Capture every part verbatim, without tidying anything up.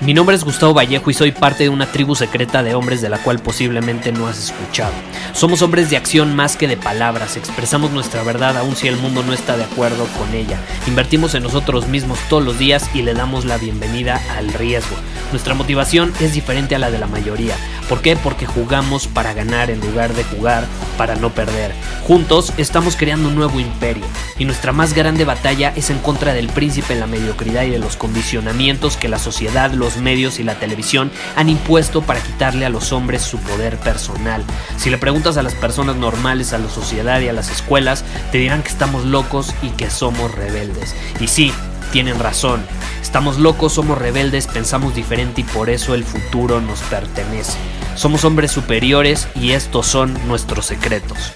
Mi nombre es Gustavo Vallejo y soy parte de una tribu secreta de hombres de la cual posiblemente no has escuchado. Somos hombres de acción más que de palabras, expresamos nuestra verdad aun si el mundo no está de acuerdo con ella. Invertimos en nosotros mismos todos los días y le damos la bienvenida al riesgo. Nuestra motivación es diferente a la de la mayoría. ¿Por qué? Porque jugamos para ganar en lugar de jugar para no perder. Juntos estamos creando un nuevo imperio y nuestra más grande batalla es en contra del príncipe en la mediocridad y de los condicionamientos que la sociedad, los medios y la televisión han impuesto para quitarle a los hombres su poder personal. Si le preguntas a las personas normales, a la sociedad y a las escuelas, te dirán que estamos locos y que somos rebeldes. Y sí, tienen razón. Estamos locos, somos rebeldes, pensamos diferente y por eso el futuro nos pertenece. Somos hombres superiores y estos son nuestros secretos.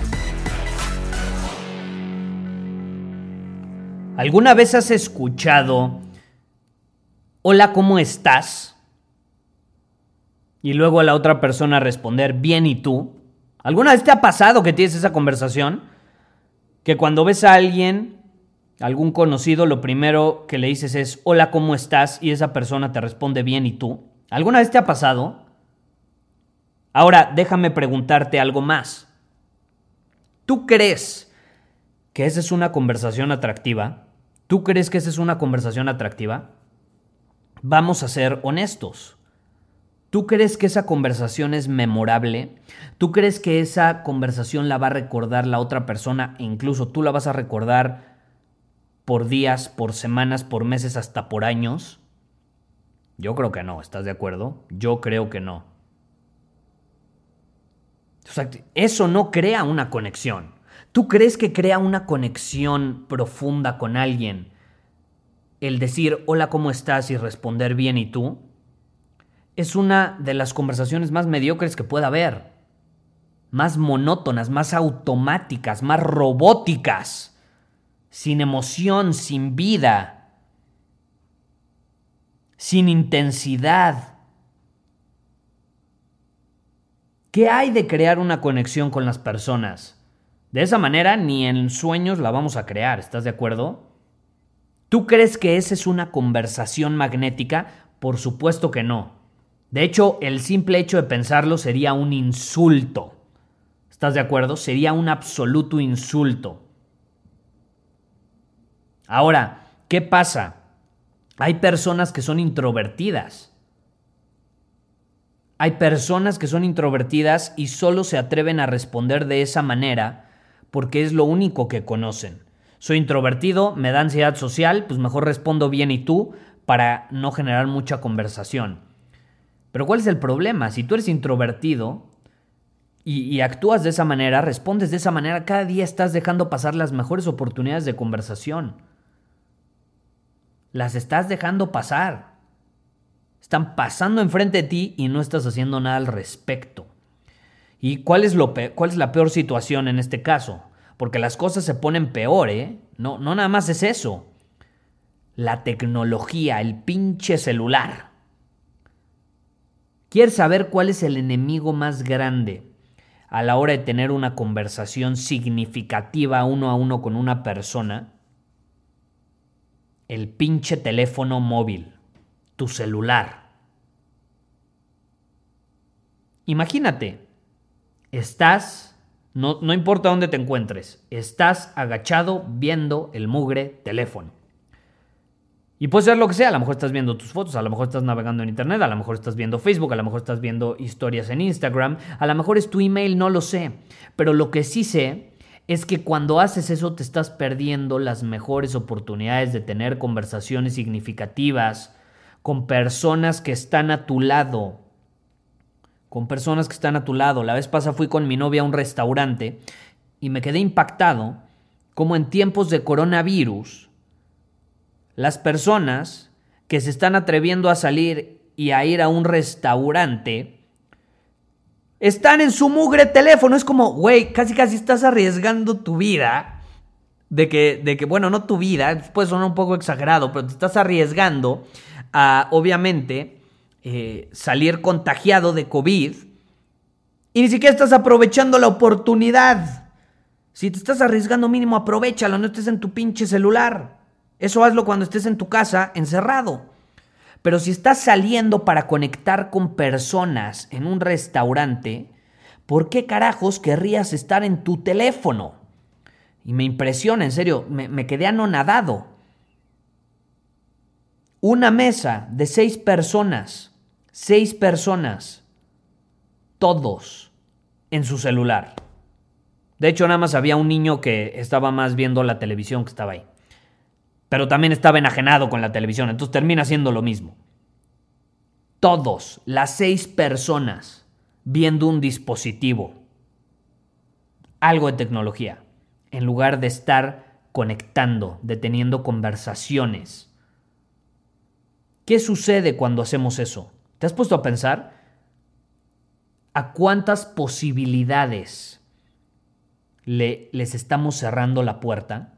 ¿Alguna vez has escuchado "Hola, ¿cómo estás?" y luego a la otra persona responder "Bien, ¿y tú?"? ¿Alguna vez te ha pasado que tienes esa conversación? Que cuando ves a alguien, algún conocido, lo primero que le dices es "Hola, ¿cómo estás?" y esa persona te responde "Bien, ¿y tú?". ¿Alguna vez te ha pasado? Ahora, déjame preguntarte algo más. ¿Tú crees que esa es una conversación atractiva? ¿Tú crees que esa es una conversación atractiva? Vamos a ser honestos. ¿Tú crees que esa conversación es memorable? ¿Tú crees que esa conversación la va a recordar la otra persona e incluso tú la vas a recordar por días, por semanas, por meses, hasta por años? Yo creo que no, ¿estás de acuerdo? Yo creo que no. O sea, eso no crea una conexión. ¿Tú crees que crea una conexión profunda con alguien el decir "Hola, ¿cómo estás?" y responder "Bien, ¿y tú?"? Es una de las conversaciones más mediocres que pueda haber. Más monótonas, más automáticas, más robóticas. Sin emoción, sin vida. Sin intensidad. ¿Qué hay de crear una conexión con las personas? De esa manera ni en sueños la vamos a crear, ¿estás de acuerdo? ¿Tú crees que esa es una conversación magnética? Por supuesto que no. De hecho, el simple hecho de pensarlo sería un insulto. ¿Estás de acuerdo? Sería un absoluto insulto. Ahora, ¿qué pasa? Hay personas que son introvertidas. Hay personas que son introvertidas y solo se atreven a responder de esa manera porque es lo único que conocen. Soy introvertido, me da ansiedad social, pues mejor respondo "Bien, ¿y tú?" para no generar mucha conversación. Pero ¿cuál es el problema? Si tú eres introvertido y, y actúas de esa manera, respondes de esa manera, cada día estás dejando pasar las mejores oportunidades de conversación. Las estás dejando pasar. Están pasando enfrente de ti y no estás haciendo nada al respecto. ¿Y cuál es, lo pe- cuál es la peor situación en este caso? Porque las cosas se ponen peor, ¿eh? No, no nada más es eso. La tecnología, el pinche celular. ¿Quieres saber cuál es el enemigo más grande a la hora de tener una conversación significativa uno a uno con una persona? El pinche teléfono móvil. Tu celular. Imagínate, estás, no, no importa dónde te encuentres, estás agachado viendo el mugre teléfono. Y puede ser lo que sea, a lo mejor estás viendo tus fotos, a lo mejor estás navegando en internet, a lo mejor estás viendo Facebook, a lo mejor estás viendo historias en Instagram, a lo mejor es tu email, no lo sé. Pero lo que sí sé es que cuando haces eso te estás perdiendo las mejores oportunidades de tener conversaciones significativas con personas que están a tu lado. Con personas que están a tu lado. La vez pasada fui con mi novia a un restaurante y me quedé impactado como en tiempos de coronavirus las personas que se están atreviendo a salir y a ir a un restaurante están en su mugre teléfono. Es como, güey, casi casi estás arriesgando tu vida. De que, de que, bueno, no tu vida, puede sonar un poco exagerado, pero te estás arriesgando a, obviamente, eh, salir contagiado de COVID y ni siquiera estás aprovechando la oportunidad. Si te estás arriesgando, mínimo aprovechalo, no estés en tu pinche celular. Eso hazlo cuando estés en tu casa encerrado. Pero si estás saliendo para conectar con personas en un restaurante, ¿por qué carajos querrías estar en tu teléfono? Y me impresiona, en serio, me, me quedé anonadado. Una mesa de seis personas, seis personas, todos en su celular. De hecho, nada más había un niño que estaba más viendo la televisión que estaba ahí. Pero también estaba enajenado con la televisión, entonces termina siendo lo mismo. Todos, las seis personas, viendo un dispositivo, algo de tecnología, en lugar de estar conectando, deteniendo conversaciones. ¿Qué sucede cuando hacemos eso? ¿Te has puesto a pensar a cuántas posibilidades le, les estamos cerrando la puerta?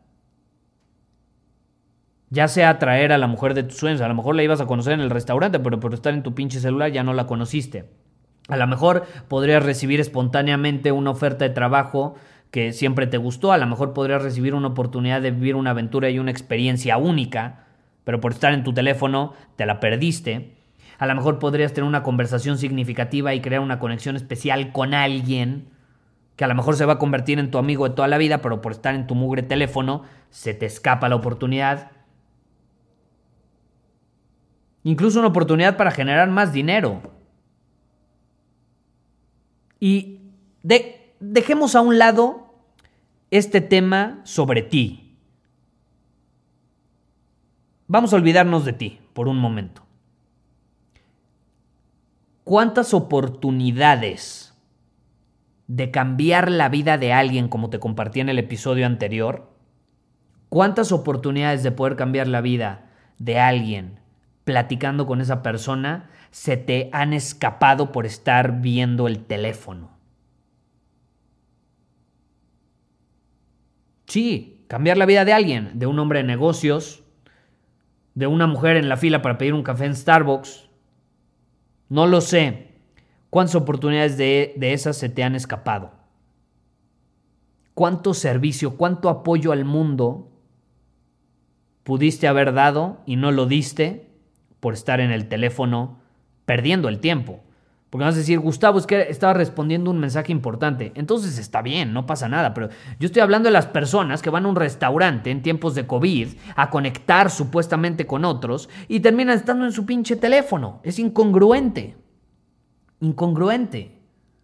Ya sea atraer a la mujer de tus sueños, a lo mejor la ibas a conocer en el restaurante, pero por estar en tu pinche celular ya no la conociste. A lo mejor podrías recibir espontáneamente una oferta de trabajo que siempre te gustó, a lo mejor podrías recibir una oportunidad de vivir una aventura y una experiencia única, pero por estar en tu teléfono te la perdiste. A lo mejor podrías tener una conversación significativa y crear una conexión especial con alguien que a lo mejor se va a convertir en tu amigo de toda la vida, pero por estar en tu mugre teléfono se te escapa la oportunidad. Incluso una oportunidad para generar más dinero. Y de, dejemos a un lado este tema sobre ti. Vamos a olvidarnos de ti por un momento. ¿Cuántas oportunidades de cambiar la vida de alguien, como te compartí en el episodio anterior? ¿Cuántas oportunidades de poder cambiar la vida de alguien platicando con esa persona se te han escapado por estar viendo el teléfono? Sí, cambiar la vida de alguien, de un hombre de negocios, de una mujer en la fila para pedir un café en Starbucks. No lo sé. ¿Cuántas oportunidades de, de esas se te han escapado? ¿Cuánto servicio, cuánto apoyo al mundo pudiste haber dado y no lo diste por estar en el teléfono perdiendo el tiempo? Porque vas a decir, Gustavo, es que estaba respondiendo un mensaje importante. Entonces está bien, no pasa nada. Pero yo estoy hablando de las personas que van a un restaurante en tiempos de COVID a conectar supuestamente con otros y terminan estando en su pinche teléfono. Es incongruente. Incongruente.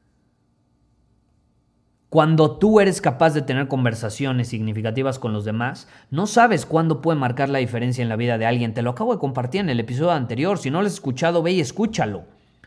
Cuando tú eres capaz de tener conversaciones significativas con los demás, no sabes cuándo puede marcar la diferencia en la vida de alguien. Te lo acabo de compartir en el episodio anterior. Si no lo has escuchado, ve y escúchalo.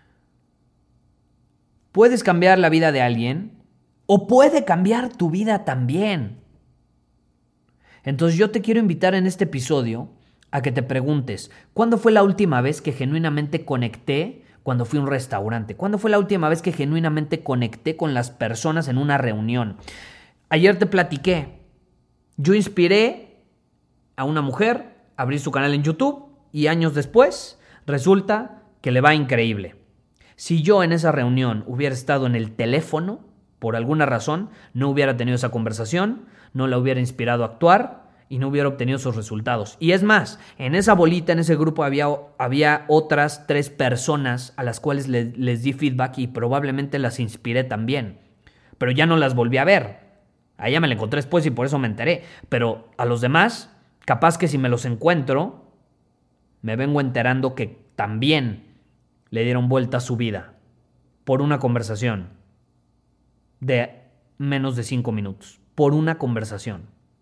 Puedes cambiar la vida de alguien o puede cambiar tu vida también. Entonces yo te quiero invitar en este episodio a que te preguntes, ¿cuándo fue la última vez que genuinamente conecté cuando fui a un restaurante? ¿Cuándo fue la última vez que genuinamente conecté con las personas en una reunión? Ayer te platiqué, yo inspiré a una mujer a abrir su canal en YouTube y años después resulta que le va increíble. Si yo en esa reunión hubiera estado en el teléfono, por alguna razón, no hubiera tenido esa conversación, no la hubiera inspirado a actuar y no hubiera obtenido esos resultados. Y es más, en esa bolita, en ese grupo, había, había otras tres personas a las cuales le, les di feedback y probablemente las inspiré también. Pero ya no las volví a ver. A ella me la encontré después y por eso me enteré. Pero a los demás, capaz que si me los encuentro, me vengo enterando que también le dieron vuelta a su vida por una conversación de menos de cinco minutos. Por una conversación.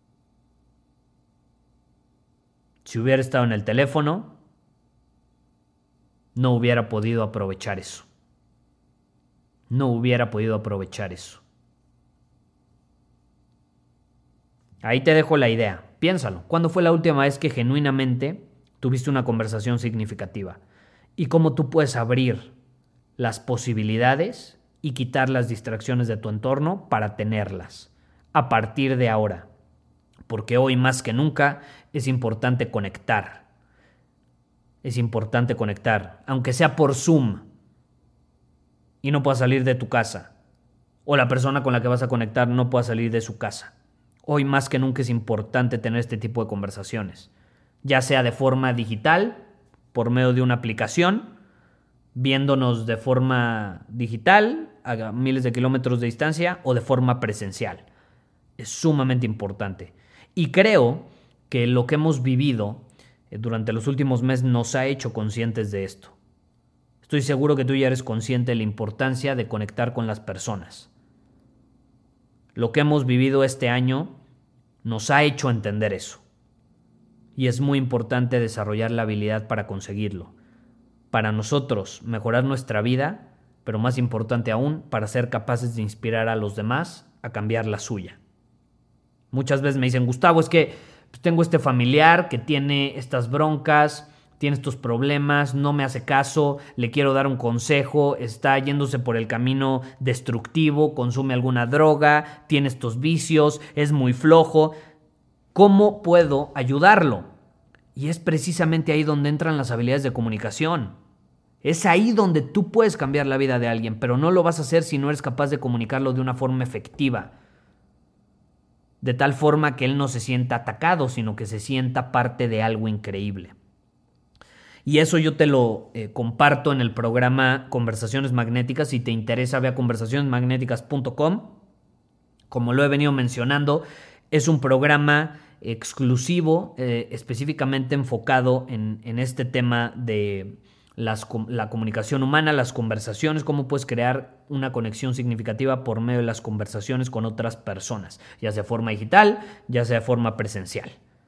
Si hubiera estado en el teléfono, no hubiera podido aprovechar eso. No hubiera podido aprovechar eso. Ahí te dejo la idea. Piénsalo. ¿Cuándo fue la última vez que genuinamente tuviste una conversación significativa? Y cómo tú puedes abrir las posibilidades y quitar las distracciones de tu entorno para tenerlas a partir de ahora. Porque hoy más que nunca es importante conectar. Es importante conectar, aunque sea por Zoom y no puedas salir de tu casa. O la persona con la que vas a conectar no pueda salir de su casa. Hoy más que nunca es importante tener este tipo de conversaciones. Ya sea de forma digital por medio de una aplicación, viéndonos de forma digital, a miles de kilómetros de distancia, o de forma presencial. Es sumamente importante. Y creo que lo que hemos vivido durante los últimos meses nos ha hecho conscientes de esto. Estoy seguro que tú ya eres consciente de la importancia de conectar con las personas. Lo que hemos vivido este año nos ha hecho entender eso. Y es muy importante desarrollar la habilidad para conseguirlo. Para nosotros, mejorar nuestra vida, pero más importante aún, para ser capaces de inspirar a los demás a cambiar la suya. Muchas veces me dicen, Gustavo, es que tengo este familiar que tiene estas broncas, tiene estos problemas, no me hace caso, le quiero dar un consejo, está yéndose por el camino destructivo, consume alguna droga, tiene estos vicios, es muy flojo. ¿Cómo puedo ayudarlo? Y es precisamente ahí donde entran las habilidades de comunicación. Es ahí donde tú puedes cambiar la vida de alguien, pero no lo vas a hacer si no eres capaz de comunicarlo de una forma efectiva. De tal forma que él no se sienta atacado, sino que se sienta parte de algo increíble. Y eso yo te lo eh, comparto en el programa Conversaciones Magnéticas. Si te interesa, ve a conversaciones magnéticas punto com. Como lo he venido mencionando, es un programa exclusivo, eh, específicamente enfocado en, en este tema de las, la comunicación humana, las conversaciones, cómo puedes crear una conexión significativa por medio de las conversaciones con otras personas, ya sea de forma digital, ya sea de forma presencial.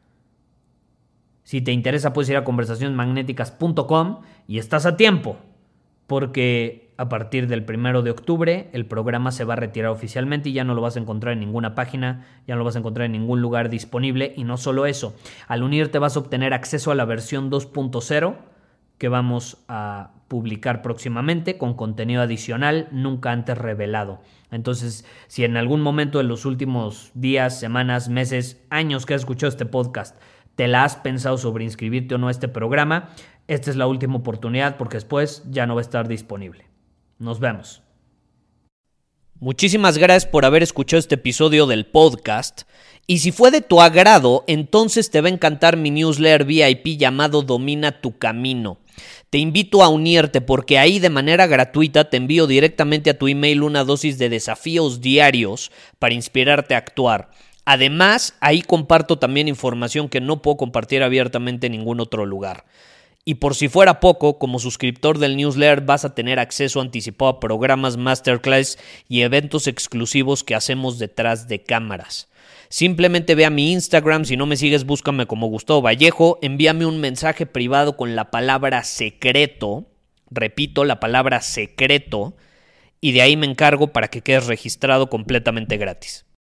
Si te interesa, puedes ir a conversaciones magnéticas punto com y estás a tiempo, porque a partir del primero de octubre el programa se va a retirar oficialmente y ya no lo vas a encontrar en ninguna página, ya no lo vas a encontrar en ningún lugar disponible. Y no solo eso, al unirte vas a obtener acceso a la versión dos punto cero que vamos a publicar próximamente con contenido adicional nunca antes revelado. Entonces, si en algún momento de los últimos días, semanas, meses, años que has escuchado este podcast, te la has pensado sobre inscribirte o no a este programa, esta es la última oportunidad porque después ya no va a estar disponible. Nos vemos. Muchísimas gracias por haber escuchado este episodio del podcast. Y si fue de tu agrado, entonces te va a encantar mi newsletter V I P llamado Domina tu Camino. Te invito a unirte porque ahí de manera gratuita te envío directamente a tu email una dosis de desafíos diarios para inspirarte a actuar. Además, ahí comparto también información que no puedo compartir abiertamente en ningún otro lugar. Y por si fuera poco, como suscriptor del newsletter vas a tener acceso anticipado a programas, masterclass y eventos exclusivos que hacemos detrás de cámaras. Simplemente ve a mi Instagram, si no me sigues búscame como Gustavo Vallejo, envíame un mensaje privado con la palabra secreto, repito, la palabra secreto, y de ahí me encargo para que quedes registrado completamente gratis.